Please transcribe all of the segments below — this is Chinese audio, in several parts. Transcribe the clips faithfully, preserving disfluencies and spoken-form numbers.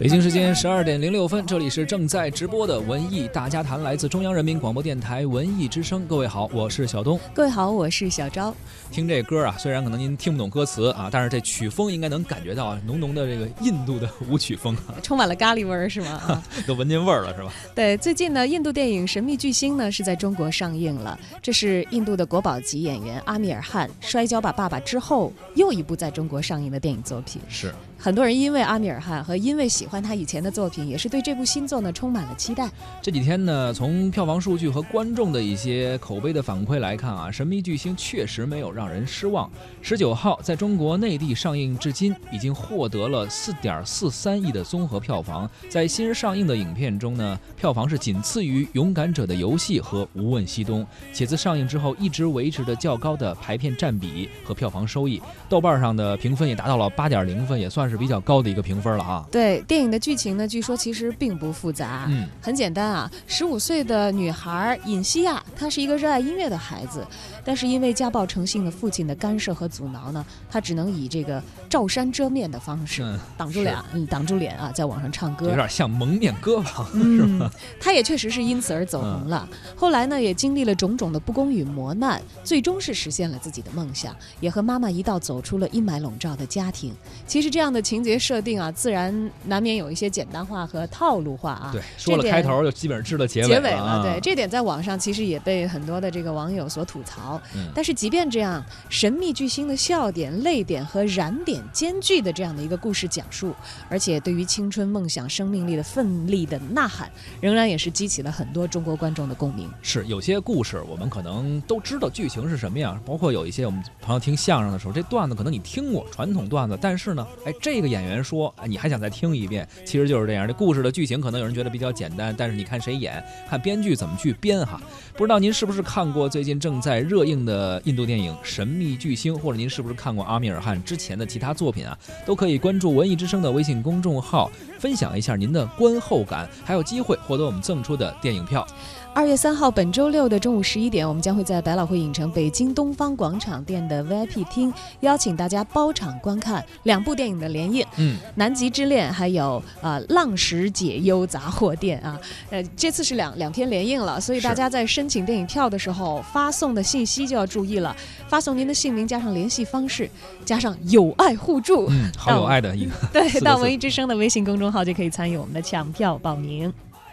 北京时间十二点零六分，这里是正在直播的文艺大家谈，来自中央人民广播电台文艺之声。各位好，我是小东。 各位好，我是小昭。 听这歌啊，虽然可能您听不懂歌词啊，但是这曲风应该能感觉到啊，浓浓的这个印度的舞曲风啊， 充满了咖喱味儿是吗？啊、 都闻见味儿了是吧？ 对，最近呢，印度电影《神秘巨星》呢是在中国上映了。这是印度的国宝级演员阿米尔汗《摔跤吧，爸爸》之后又一部在中国上映的电影作品。 是。 很多人因为阿米尔汗和因为喜欢他以前的作品，也是对这部新作呢充满了期待。 这几天呢，从票房数据和观众的一些口碑的反馈来看啊，《神秘巨星》确实没有让人失望。十九号在中国内地上映至今，已经获得了四点四三亿的综合票房。在新上映的影片中呢，票房是仅次于《勇敢者的游戏》和《无问西东》，且自上映之后一直维持着较高的排片占比和票房收益。豆瓣上的评分也达到了八点零分，也算是比较高的一个评分了啊。 对，电影的剧情呢，据说其实并不复杂， 嗯， 很简单啊。十五岁的女孩尹西亚，她是一个热爱音乐的孩子，但是因为家暴成性的父亲的干涉和阻挠呢，她只能以这个罩衫遮面的方式、嗯、挡住脸，嗯，挡住脸啊，在网上唱歌， 有点像蒙面歌王、 嗯、 是吧？ 她也确实是因此而走红了、嗯。后来呢，也经历了种种的不公与磨难，最终是实现了自己的梦想，也和妈妈一道走出了阴霾笼罩的家庭。其实这样的情节设定啊，自然难免有一些简单化和套路化啊。 对，说了开头就基本上知道结尾了。 结尾了，对，这点在网上其实也被很多的这个网友所吐槽。嗯、但是即便这样，神秘巨星的笑点、泪点和燃点兼具的这样的一个故事讲述，而且对于青春梦想、生命力的奋力的呐喊，仍然也是激起了很多中国观众的共鸣。 是，有些故事我们可能都知道剧情是什么样，包括有一些我们朋友听相声的时候，这段子可能你听过传统段子，但是呢，哎，这个演员说，哎，你还想再听一遍，其实就是这样。这故事的剧情可能有人觉得比较简单，但是你看谁演，看编剧怎么去编哈。不知道您是不是看过最近正在热映的印度电影《神秘巨星》，或者您是不是看过阿米尔汗之前的其他作品啊？都可以关注文艺之声的微信公众号，分享一下您的观后感，还有机会获得我们赠出的电影票。 二月三号，本周六的中午十一点，我们将会在百老汇影城北京东方广场店的 V I P 厅，邀请大家包场观看两部电影的联映，嗯，《南极之恋》还有呃《浪石解忧杂货店》啊，呃，这次是两两天联映了，所以大家在申请电影票的时候，发送的信息就要注意了，发送您的姓名加上联系方式，加上有爱互助， 嗯，好有爱的一个， 对，到文艺之声的微信公众号就可以参与我们的抢票报名。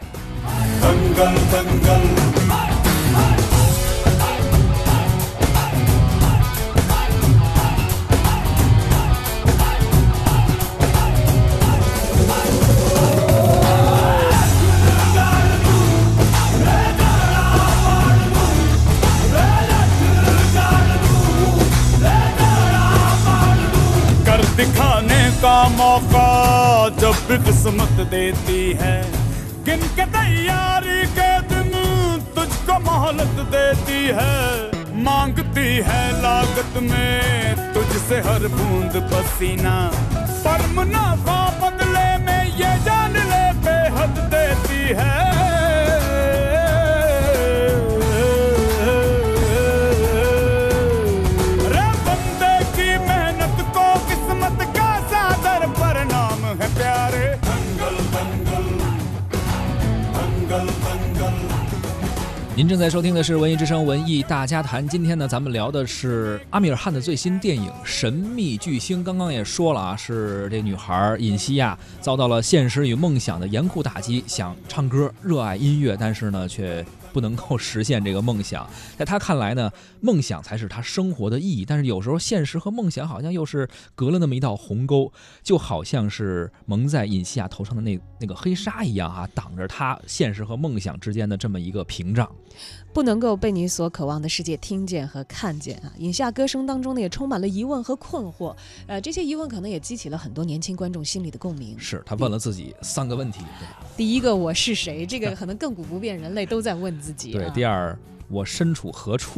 Dangal, dangal. कर दिखाने का मौका जब भी किस्मत देती है, गिन के तैयारी के दिन तुझको मोहलत देती है, मांगती है लागत में तुझसे हर बूंद पसीना, पर मुनाफा बदले में ये जान ले बेहद देती है। रे बंदे की मेहनत को किस्मत का सादर परिणाम है प्यारे। दंगल दंगल 您正在收听的是文艺之声文艺大家谈，今天呢，咱们聊的是阿米尔汗的最新电影《神秘巨星》。刚刚也说了啊，是这女孩尹西亚遭到了现实与梦想的严酷打击，想唱歌，热爱音乐，但是呢，却不能够实现这个梦想。在他看来呢，梦想才是他生活的意义，但是有时候现实和梦想好像又是隔了那么一道鸿沟，就好像是蒙在尹西亚头上的那那个黑纱一样啊，挡着他现实和梦想之间的这么一个屏障。 不能够被你所渴望的世界听见和看见啊！尹西亚歌声当中呢，也充满了疑问和困惑。呃，这些疑问可能也激起了很多年轻观众心里的共鸣。 是他问了自己三个问题： 第一个，我是谁？这个可能亘古不变，人类都在问自己、啊。 对，第二，我身处何处？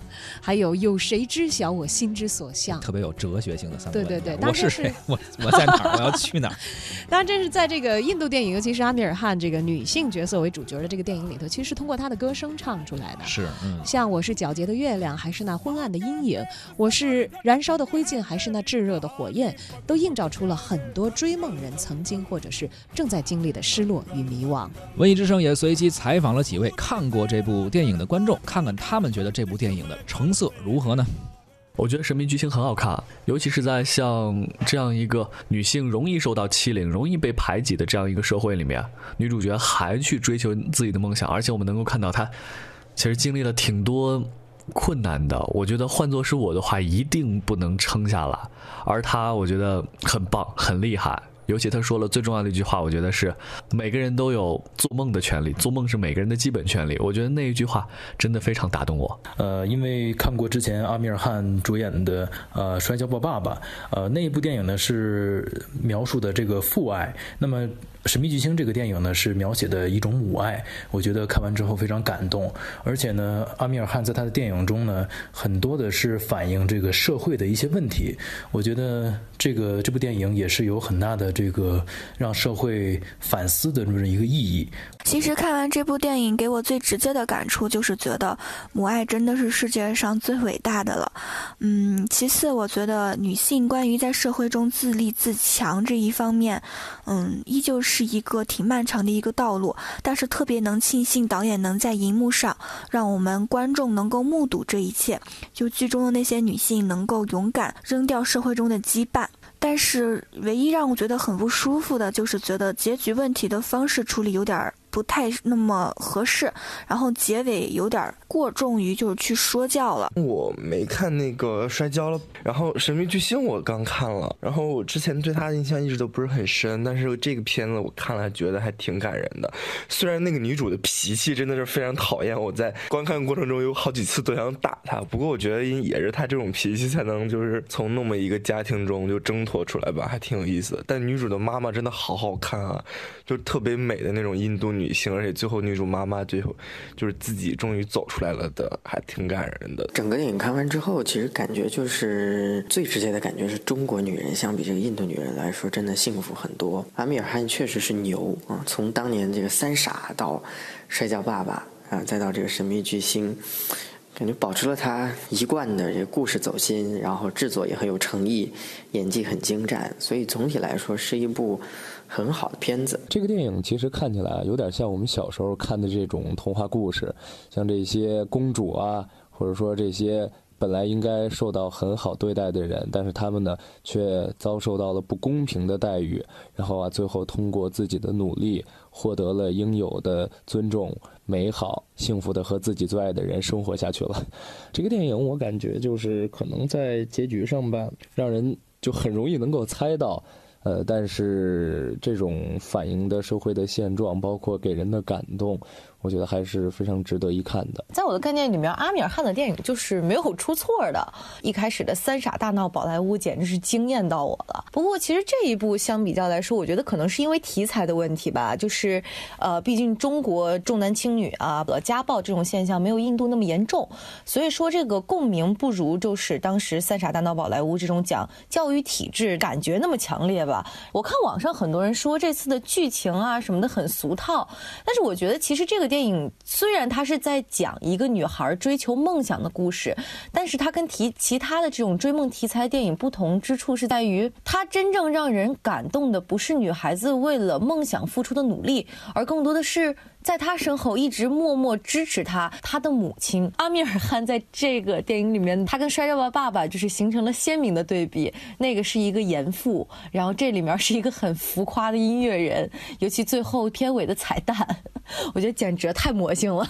还有有谁知晓我心之所向， 特别有哲学性的三个问题。 对对对， 我是谁？我我在哪儿？我要去哪儿？ 当然，这是在这个印度电影，尤其是阿米尔汗这个女性角色为主角的这个电影里头，其实是通过她的歌声唱出来的。 是，嗯， 像我是皎洁的月亮，还是那昏暗的阴影，我是燃烧的灰烬，还是那炙热的火焰，都映照出了很多追梦人曾经或者是正在经历的失落与迷惘。 文艺之声也随机采访了几位看过这部电影的观众，看看他们觉得这部电影的成色如何呢？ 我觉得《神秘巨星》很好看，尤其是在像这样一个女性容易受到欺凌、容易被排挤的这样一个社会里面，女主角还去追求自己的梦想，而且我们能够看到她其实经历了挺多困难的。我觉得换作是我的话，一定不能撑下来，而她我觉得很棒，很厉害。尤其他说了最重要的一句话，我觉得是每个人都有做梦的权利，做梦是每个人的基本权利。我觉得那一句话真的非常打动我。 呃，因为看过之前阿米尔汗主演的呃《摔跤吧，爸爸》，呃那一部电影呢是描述的这个父爱，那么《神秘巨星》这个电影呢是描写的一种母爱，我觉得看完之后非常感动。而且呢，阿米尔汗在他的电影中呢，很多的是反映这个社会的一些问题。我觉得这个这部电影也是有很大的这个让社会反思的这么一个意义。 其实看完这部电影，给我最直接的感触就是觉得母爱真的是世界上最伟大的了。嗯，其次我觉得女性关于在社会中自立自强这一方面，嗯，依旧是一个挺漫长的一个道路，但是特别能庆幸导演能在荧幕上让我们观众能够目睹这一切，就剧中的那些女性能够勇敢扔掉社会中的羁绊。但是唯一让我觉得很不舒服的就是觉得结局问题的方式处理有点不太那么合适，然后结尾有点过重于就是去说教了。 我没看那个摔跤了，然后神秘巨星我刚看了，然后我之前对他的印象一直都不是很深，但是这个片子我看了还觉得还挺感人的。虽然那个女主的脾气真的是非常讨厌，我在观看过程中有好几次都想打她，不过我觉得也是她这种脾气才能就是从那么一个家庭中就挣脱出来吧，还挺有意思的。但女主的妈妈真的好好看啊，就特别美的那种印度女性，而且最后女主妈妈最后就是自己终于走出来了的，还挺感人的。 整个电影看完之后，其实感觉就是最直接的感觉是中国女人相比这个印度女人来说真的幸福很多。阿米尔汗确实是牛啊，从当年这个三傻到摔跤爸爸啊，再到这个神秘巨星，感觉保持了他一贯的这个故事走心，然后制作也很有诚意，演技很精湛，所以总体来说是一部很好的片子。 这个电影其实看起来有点像我们小时候看的这种童话故事，像这些公主啊，或者说这些本来应该受到很好对待的人，但是他们呢却遭受到了不公平的待遇，然后啊最后通过自己的努力获得了应有的尊重，美好幸福的和自己最爱的人生活下去了。这个电影我感觉就是可能在结局上吧，让人就很容易能够猜到呃，但是这种反映的社会的现状，包括给人的感动，我觉得还是非常值得一看的。 在我的概念里面，阿米尔汗的电影就是没有出错的。一开始的三傻大闹宝莱坞简直是惊艳到我了。不过其实这一部相比较来说，我觉得可能是因为题材的问题吧，就是呃，毕竟中国重男轻女啊、家暴这种现象没有印度那么严重，所以说这个共鸣不如就是当时三傻大闹宝莱坞这种讲教育体制感觉那么强烈吧。我看网上很多人说这次的剧情啊什么的很俗套，但是我觉得其实这个电影虽然它是在讲一个女孩追求梦想的故事，但是它跟题其他的这种追梦题材电影不同之处是在于，它真正让人感动的不是女孩子为了梦想付出的努力，而更多的是在她身后一直默默支持她她的母亲。阿米尔汗在这个电影里面，他跟摔跤吧爸爸就是形成了鲜明的对比，那个是一个严父，然后这里面是一个很浮夸的音乐人，尤其最后片尾的彩蛋，我觉得简直太魔性了。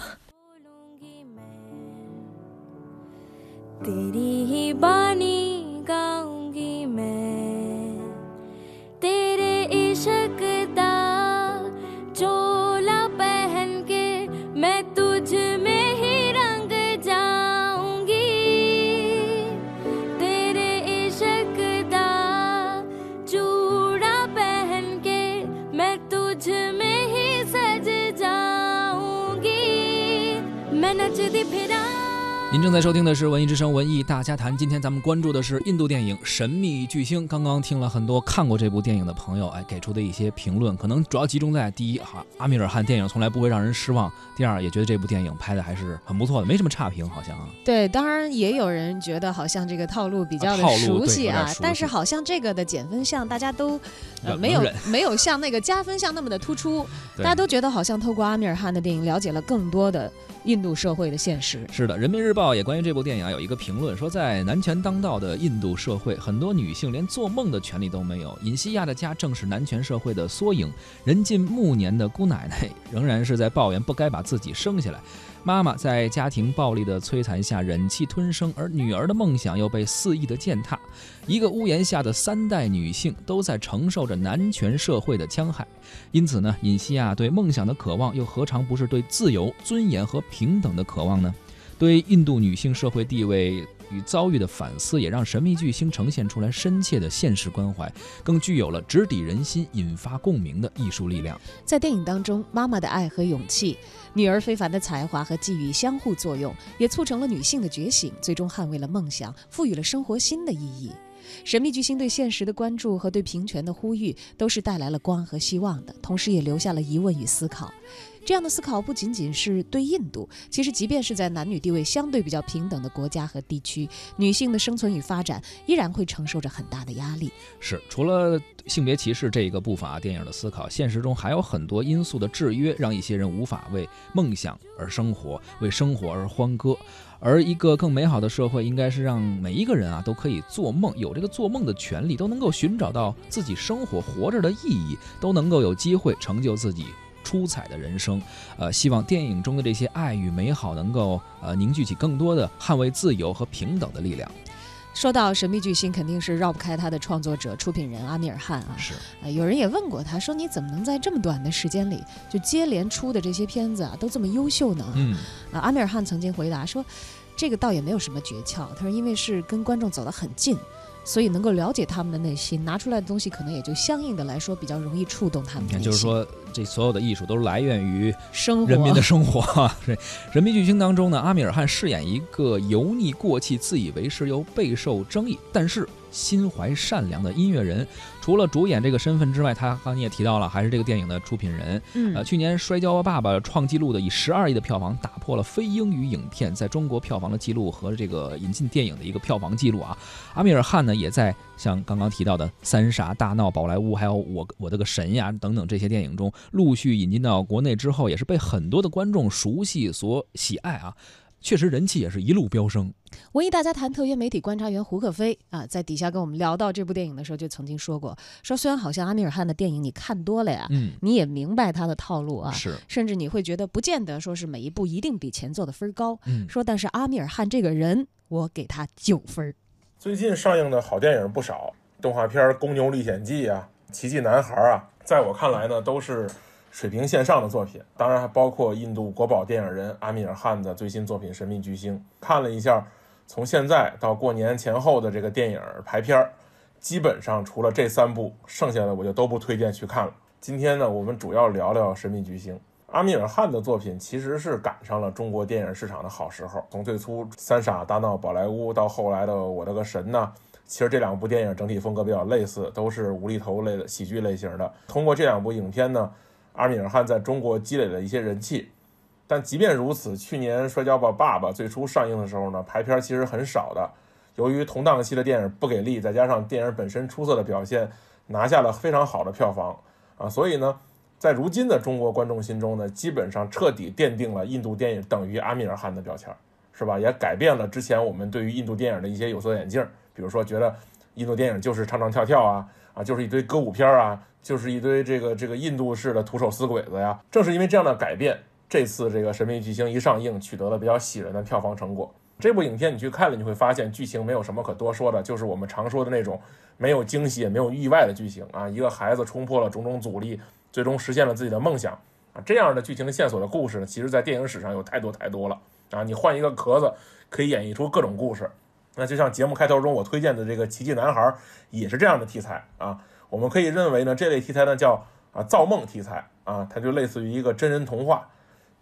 您正在收听的是文艺之声文艺大家谈，今天咱们关注的是印度电影《神秘巨星》。刚刚听了很多看过这部电影的朋友哎给出的一些评论，可能主要集中在第一哈，阿米尔汗电影从来不会让人失望；第二，也觉得这部电影拍的还是很不错的，没什么差评，好像啊。 对，当然也有人觉得好像这个套路比较的熟悉啊，啊但是好像这个的减分项大家都、呃、没有没有像那个加分项那么的突出，大家都觉得好像透过阿米尔汗的电影了解了更多的印度社会的现实。 是的，人民日报也关于这部电影啊有一个评论说，在男权当道的印度社会，很多女性连做梦的权利都没有。尹锡亚的家正是男权社会的缩影，人近暮年的姑奶奶仍然是在抱怨不该把自己生下来，妈妈在家庭暴力的摧残下忍气吞声，而女儿的梦想又被肆意的践踏。一个屋檐下的三代女性都在承受着男权社会的戕害，因此呢，尹锡亚对梦想的渴望又何尝不是对自由、尊严和平等的渴望呢？对印度女性社会地位与遭遇的反思，也让神秘巨星呈现出来深切的现实关怀，更具有了直抵人心、引发共鸣的艺术力量。 在电影当中，妈妈的爱和勇气，女儿非凡的才华和机遇相互作用，也促成了女性的觉醒，最终捍卫了梦想，赋予了生活新的意义。神秘巨星对现实的关注和对平权的呼吁，都是带来了光和希望的，同时也留下了疑问与思考。这样的思考不仅仅是对印度，其实即便是在男女地位相对比较平等的国家和地区，女性的生存与发展依然会承受着很大的压力。 是，除了性别歧视这一个部分啊，电影的思考，现实中还有很多因素的制约，让一些人无法为梦想而生活，为生活而欢歌。而一个更美好的社会，应该是让每一个人啊都可以做梦，有这个做梦的权利，都能够寻找到自己生活活着的意义，都能够有机会成就自己出彩的人生。呃，希望电影中的这些爱与美好能够呃凝聚起更多的捍卫自由和平等的力量。 说到神秘巨星，肯定是绕不开他的创作者、出品人阿米尔汗啊。 是， 呃，有人也问过他，说你怎么能在这么短的时间里就接连出的这些片子啊，都这么优秀呢？ 嗯， 啊，阿米尔汗曾经回答说，这个倒也没有什么诀窍，他说因为是跟观众走得很近，所以能够了解他们的内心，拿出来的东西可能也就相应的来说比较容易触动他们的内心。 就是说，这所有的艺术都是来源于生活人民的生活。是神秘巨星当中呢，阿米尔汗饰演一个油腻过气、自以为是又备受争议，但是心怀善良的音乐人。除了主演这个身份之外，他刚才你也提到了，还是这个电影的出品人。 嗯， 呃，去年《摔跤吧，爸爸》创纪录的以十二亿的票房，打破了非英语影片在中国票房的记录和这个引进电影的一个票房记录啊。阿米尔汗呢，也在像刚刚提到的《三傻大闹宝莱坞》还有我我的个神呀等等这些电影中陆续引进到国内之后，也是被很多的观众熟悉所喜爱啊。确实人气也是一路飙升。 文艺大家谈特约媒体观察员胡可飞啊，在底下跟我们聊到这部电影的时候，就曾经说过，说虽然好像阿米尔汗的电影你看多了呀， 嗯， 你也明白他的套路啊， 是， 甚至你会觉得不见得说是每一部一定比前作的分高， 嗯， 说但是阿米尔汗这个人，我给他九分。 最近上映的好电影不少，动画片《公牛历险记》啊，《奇迹男孩》啊，在我看来呢，都是水平线上的作品，当然还包括印度国宝电影人阿米尔汗的最新作品《神秘巨星》。看了一下，从现在到过年前后的这个电影排片，基本上除了这三部，剩下的我就都不推荐去看了。今天呢，我们主要聊聊《神秘巨星》。阿米尔汗的作品其实是赶上了中国电影市场的好时候，从最初《三傻大闹宝莱坞》到后来的《我的个神》呢，其实这两部电影整体风格比较类似，都是无厘头类的喜剧类型的。通过这两部影片呢，阿米尔汗在中国积累了一些人气。但即便如此，去年《摔跤吧，爸爸》最初上映的时候呢，排片其实很少的。由于同档期的电影不给力，再加上电影本身出色的表现，拿下了非常好的票房啊，所以呢，在如今的中国观众心中呢，基本上彻底奠定了印度电影等于阿米尔汗的标签，是吧？也改变了之前我们对于印度电影的一些有色眼镜，比如说觉得印度电影就是唱唱跳跳啊，啊，就是一堆歌舞片啊，就是一堆这个这个印度式的徒手死鬼子呀。正是因为这样的改变，这次这个《神秘巨星》一上映，取得了比较喜人的票房成果。这部影片你去看了，你会发现剧情没有什么可多说的，就是我们常说的那种没有惊喜也没有意外的剧情啊。一个孩子冲破了种种阻力，最终实现了自己的梦想啊，这样的剧情线索的故事呢，其实在电影史上有太多太多了啊。你换一个壳子，可以演绎出各种故事。那就像节目开头中我推荐的这个《奇迹男孩》，也是这样的题材啊。我们可以认为呢，这类题材呢叫啊造梦题材啊，它就类似于一个真人童话。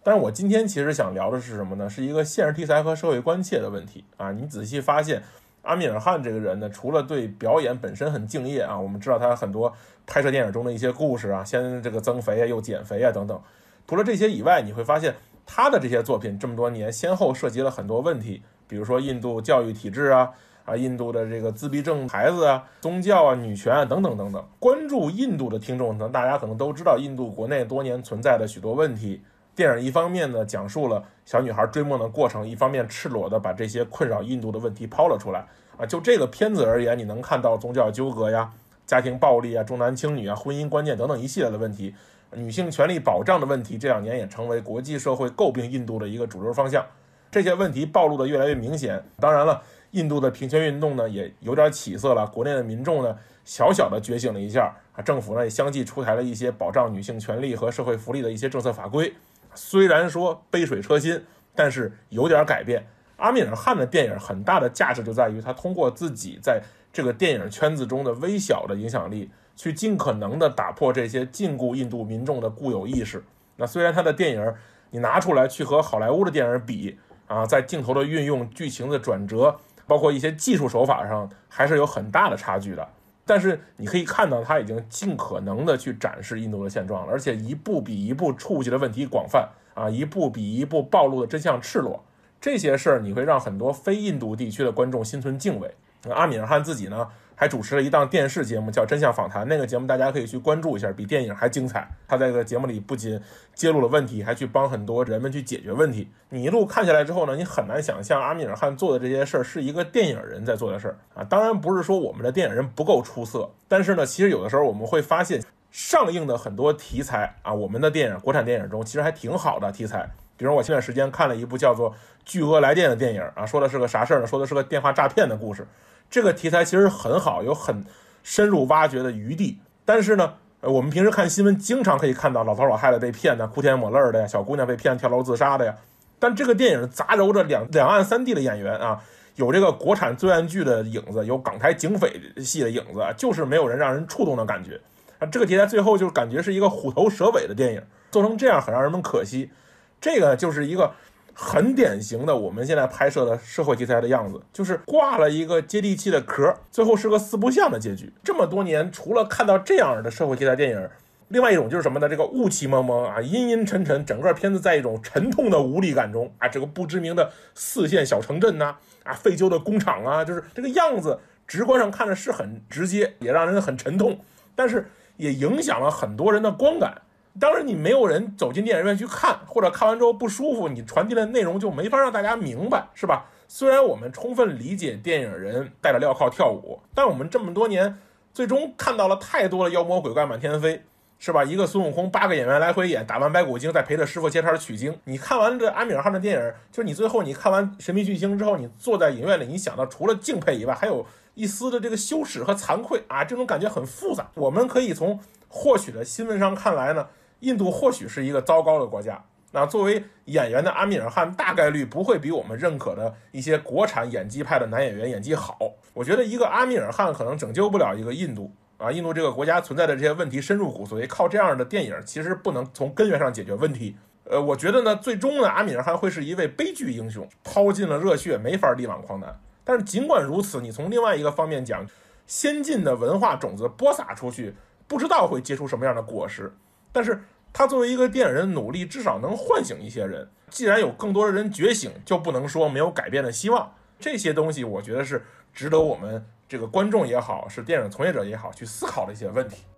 但是我今天其实想聊的是什么呢？是一个现实题材和社会关切的问题啊！你仔细发现，阿米尔汗这个人呢，除了对表演本身很敬业啊，我们知道他很多拍摄电影中的一些故事啊，先这个增肥啊，又减肥啊等等。除了这些以外，你会发现他的这些作品这么多年先后涉及了很多问题，比如说印度教育体制啊。啊，印度的这个自闭症孩子啊，宗教啊，女权啊，等等等等。关注印度的听众呢，大家可能都知道，印度国内多年存在的许多问题。电影一方面呢，讲述了小女孩追梦的过程，一方面赤裸的把这些困扰印度的问题抛了出来。啊，就这个片子而言，你能看到宗教纠葛呀、家庭暴力啊、重男轻女啊、婚姻观念等等一系列的问题。女性权利保障的问题，这两年也成为国际社会诟病印度的一个主流方向。这些问题暴露的越来越明显。当然了，印度的平权运动呢也有点起色了，国内的民众呢小小的觉醒了一下啊，政府呢也相继出台了一些保障女性权利和社会福利的一些政策法规。虽然说杯水车薪，但是有点改变。阿米尔汗的电影很大的价值就在于他通过自己在这个电影圈子中的微小的影响力，去尽可能的打破这些禁锢印度民众的固有意识。那虽然他的电影你拿出来去和好莱坞的电影比啊，在镜头的运用、剧情的转折，包括一些技术手法上，还是有很大的差距的。但是你可以看到，他已经尽可能的去展示印度的现状了，而且一步比一步触及的问题广泛啊，一步比一步暴露的真相赤裸。这些事儿你会让很多非印度地区的观众心存敬畏。阿米尔汗自己呢，还主持了一档电视节目叫《真相访谈》，那个节目大家可以去关注一下，比电影还精彩。他在这个节目里不仅揭露了问题，还去帮很多人们去解决问题。你一路看下来之后呢，你很难想象阿米尔汗做的这些事儿是一个电影人在做的事儿啊。当然不是说我们的电影人不够出色，但是呢，其实有的时候我们会发现，上映的很多题材啊，我们的电影国产电影中其实还挺好的题材。比如我前段时间看了一部叫做《巨额来电》的电影啊，说的是个啥事儿呢？说的是个电话诈骗的故事。这个题材其实很好，有很深入挖掘的余地。但是呢，我们平时看新闻经常可以看到老头老太太被骗的，哭天抹泪的呀，小姑娘被骗跳楼自杀的呀。但这个电影杂糅着两两岸三地的演员啊，有这个国产罪案剧的影子，有港台警匪戏的影子，就是没有人让人触动的感觉啊。这个题材最后就感觉是一个虎头蛇尾的电影，做成这样很让人们可惜。这个就是一个很典型的我们现在拍摄的社会题材的样子，就是挂了一个接地气的壳，最后是个四不像的结局。这么多年，除了看到这样的社会题材电影，另外一种就是什么呢？这个雾气蒙蒙啊，阴阴沉沉，整个片子在一种沉痛的无力感中啊，这个不知名的四线小城镇呐、啊，啊，废旧的工厂啊，就是这个样子，直观上看着是很直接，也让人很沉痛，但是也影响了很多人的观感。当然你没有人走进电影院去看，或者看完之后不舒服，你传递的内容就没法让大家明白，是吧？虽然我们充分理解电影人戴着镣铐跳舞，但我们这么多年最终看到了太多的妖魔鬼怪满天飞，是吧？一个孙悟空八个演员来回演，打完白骨精再陪着师傅接茬取经。你看完这阿米尔汗的电影，就是你最后你看完神秘巨星之后，你坐在影院里，你想到除了敬佩以外，还有一丝的这个羞耻和惭愧啊，这种感觉很复杂。我们可以从获取的新闻上看来呢，印度或许是一个糟糕的国家，那作为演员的阿米尔汗大概率不会比我们认可的一些国产演技派的男演员演技好。我觉得一个阿米尔汗可能拯救不了一个印度啊，印度这个国家存在的这些问题深入骨髓，靠这样的电影其实不能从根源上解决问题。呃，我觉得呢，最终呢，阿米尔汗会是一位悲剧英雄，掏尽了热血，没法力挽狂澜。但是尽管如此，你从另外一个方面讲，先进的文化种子播撒出去，不知道会结出什么样的果实。但是他作为一个电影人努力，至少能唤醒一些人。既然有更多的人觉醒，就不能说没有改变的希望。这些东西我觉得是值得我们这个观众也好，是电影从业者也好，去思考的一些问题。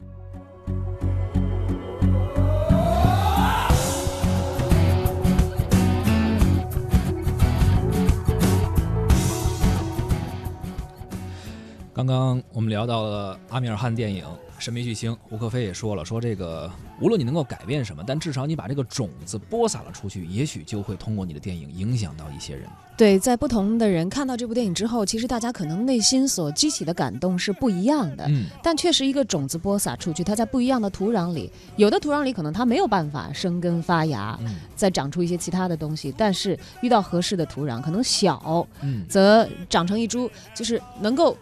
刚刚我们聊到了阿米尔汗电影神秘巨星，胡可飞也说了，说这个无论你能够改变什么，但至少你把这个种子播撒了出去，也许就会通过你的电影影响到一些人。 对，在不同的人看到这部电影之后，其实大家可能内心所激起的感动是不一样的。嗯，但确实一个种子播撒出去，它在不一样的土壤里，有的土壤里可能它没有办法生根发芽，嗯、再长出一些其他的东西，但是遇到合适的土壤，可能小，嗯，则长成一株就是能够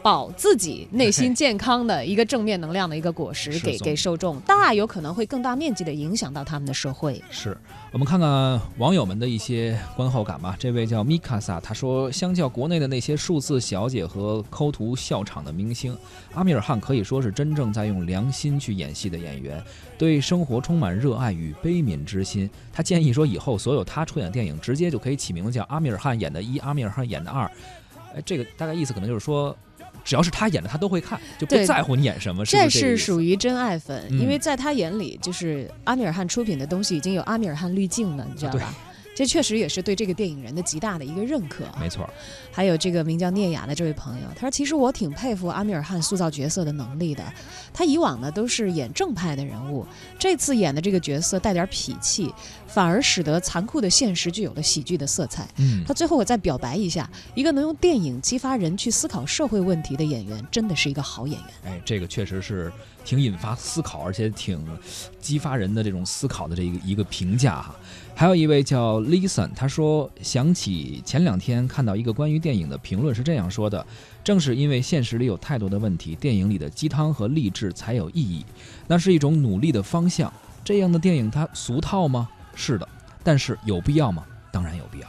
保自己内心健康的一个正面能量的一个果实给给受众，大有可能会更大面积的影响到他们的社会。 是，我们看看网友们的一些观后感吧。这位叫 Mikasa， 他说，相较国内的那些数字小姐和抠图笑场的明星，阿米尔汗可以说是真正在用良心去演戏的演员，对生活充满热爱与悲悯之心。他建议说，以后所有他出演的电影直接就可以起名字叫阿米尔汗演的一，阿米尔汗演的二。哎，这个大概意思可能就是说，只要是他演的他都会看，就不在乎你演什么。是不是这这是属于真爱粉、嗯、因为在他眼里，就是阿米尔汗出品的东西已经有阿米尔汗滤镜了，你知道吧？这确实也是对这个电影人的极大的一个认可。 没错。 还有这个名叫聂雅的这位朋友，他说其实我挺佩服阿米尔汗塑造角色的能力的，他以往呢都是演正派的人物，这次演的这个角色带点痞气，反而使得残酷的现实具有了喜剧的色彩。 嗯， 他最后我再表白一下，一个能用电影激发人去思考社会问题的演员，真的是一个好演员。 哎，这个确实是挺引发思考，而且挺激发人的这种思考的这一个一个评价哈。还有一位叫 Listen， 他说想起前两天看到一个关于电影的评论是这样说的：正是因为现实里有太多的问题，电影里的鸡汤和励志才有意义，那是一种努力的方向。这样的电影它俗套吗？是的，但是有必要吗？当然有必要。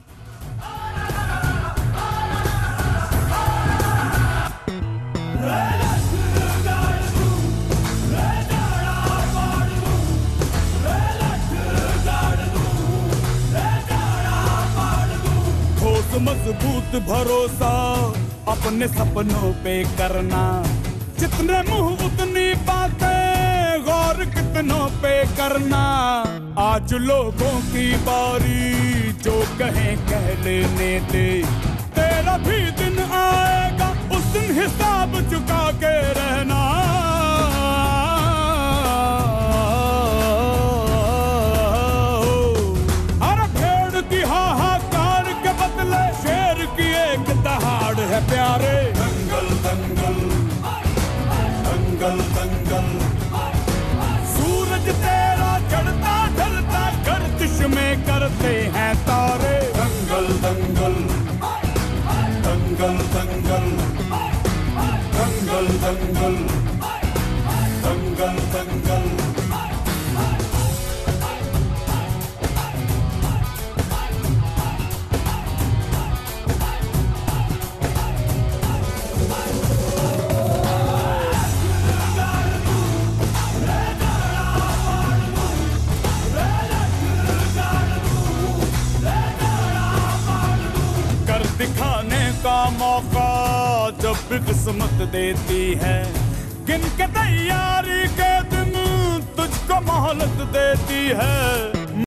मजबूत भरोसा अपने सपनों पे करना, जितने मुंह उतनी बातें, गौर कितनों पे करना। आज लोगों की बारी, जो कहें कह लेने दे, तेरा भी दिन आएगा, उस दिन हिसाब चुका के रहना। है प्यारे दंगल दंगल दंगल दंगल, सूरज तेरा चढ़ता ढलता गर्दिश में करते हैं तारे। दंगल दंगल दंगल दंगल दंगल दंगल दंगल दंगल। दिखाने का मौका जब भी किस्मत देती है, गिन के तैयारी के दिन तुझको मोहलत देती है।